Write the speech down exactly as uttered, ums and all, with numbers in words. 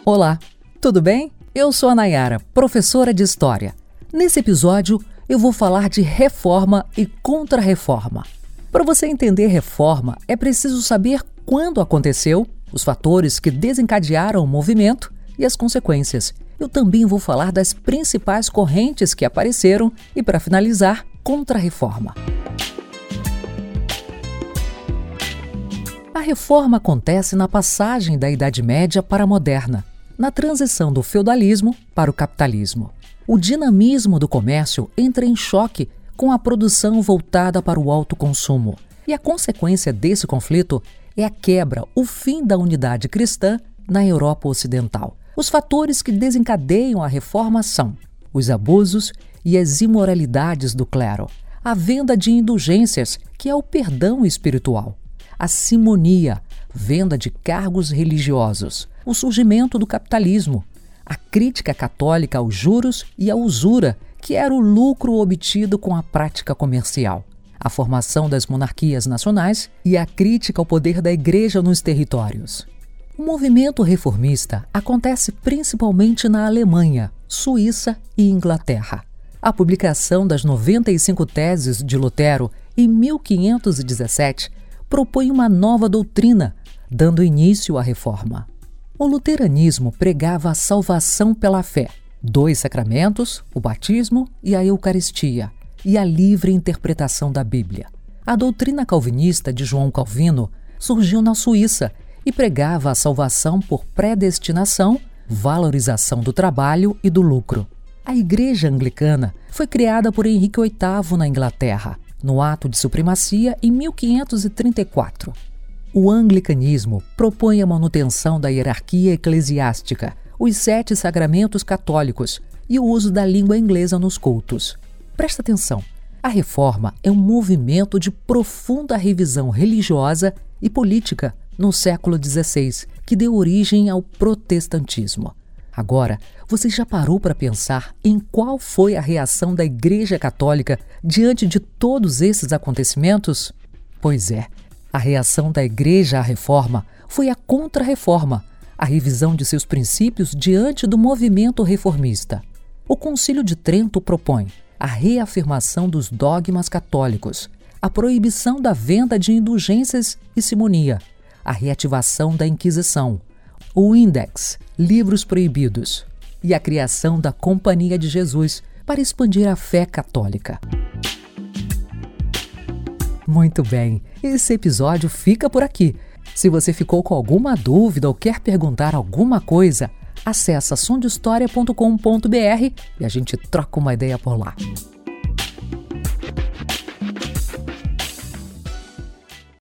Olá, tudo bem? Eu sou a Nayara, professora de História. Nesse episódio, eu vou falar de reforma e contra-reforma. Para você entender reforma, é preciso saber quando aconteceu, os fatores que desencadearam o movimento e as consequências. Eu também vou falar das principais correntes que apareceram e, para finalizar, contra-reforma. A reforma acontece na passagem da Idade Média para a Moderna, na transição do feudalismo para o capitalismo. O dinamismo do comércio entra em choque com a produção voltada para o alto consumo. E a consequência desse conflito é a quebra, o fim da unidade cristã na Europa Ocidental. Os fatores que desencadeiam a reforma são os abusos e as imoralidades do clero, a venda de indulgências, que é o perdão espiritual, a simonia, venda de cargos religiosos, o surgimento do capitalismo, a crítica católica aos juros e à usura, que era o lucro obtido com a prática comercial, a formação das monarquias nacionais e a crítica ao poder da Igreja nos territórios. O movimento reformista acontece principalmente na Alemanha, Suíça e Inglaterra. A publicação das noventa e cinco teses de Lutero em mil quinhentos e dezessete propõe uma nova doutrina, dando início à reforma. O luteranismo pregava a salvação pela fé, dois sacramentos, o batismo e a Eucaristia, e a livre interpretação da Bíblia. A doutrina calvinista de João Calvino surgiu na Suíça e pregava a salvação por predestinação, valorização do trabalho e do lucro. A Igreja Anglicana foi criada por Henrique oitavo na Inglaterra, no ato de supremacia em mil quinhentos e trinta e quatro. O anglicanismo propõe a manutenção da hierarquia eclesiástica, os sete sacramentos católicos e o uso da língua inglesa nos cultos. Presta atenção, a reforma é um movimento de profunda revisão religiosa e política no século dezesseis, que deu origem ao protestantismo. Agora, você já parou para pensar em qual foi a reação da Igreja Católica diante de todos esses acontecimentos? Pois é, a reação da Igreja à reforma foi a contra-reforma, a revisão de seus princípios diante do movimento reformista. O Concílio de Trento propõe a reafirmação dos dogmas católicos, a proibição da venda de indulgências e simonia, a reativação da Inquisição, o Index, livros proibidos, e a criação da Companhia de Jesus para expandir a fé católica. Muito bem, esse episódio fica por aqui. Se você ficou com alguma dúvida ou quer perguntar alguma coisa, acessa som de história ponto com ponto b r e a gente troca uma ideia por lá.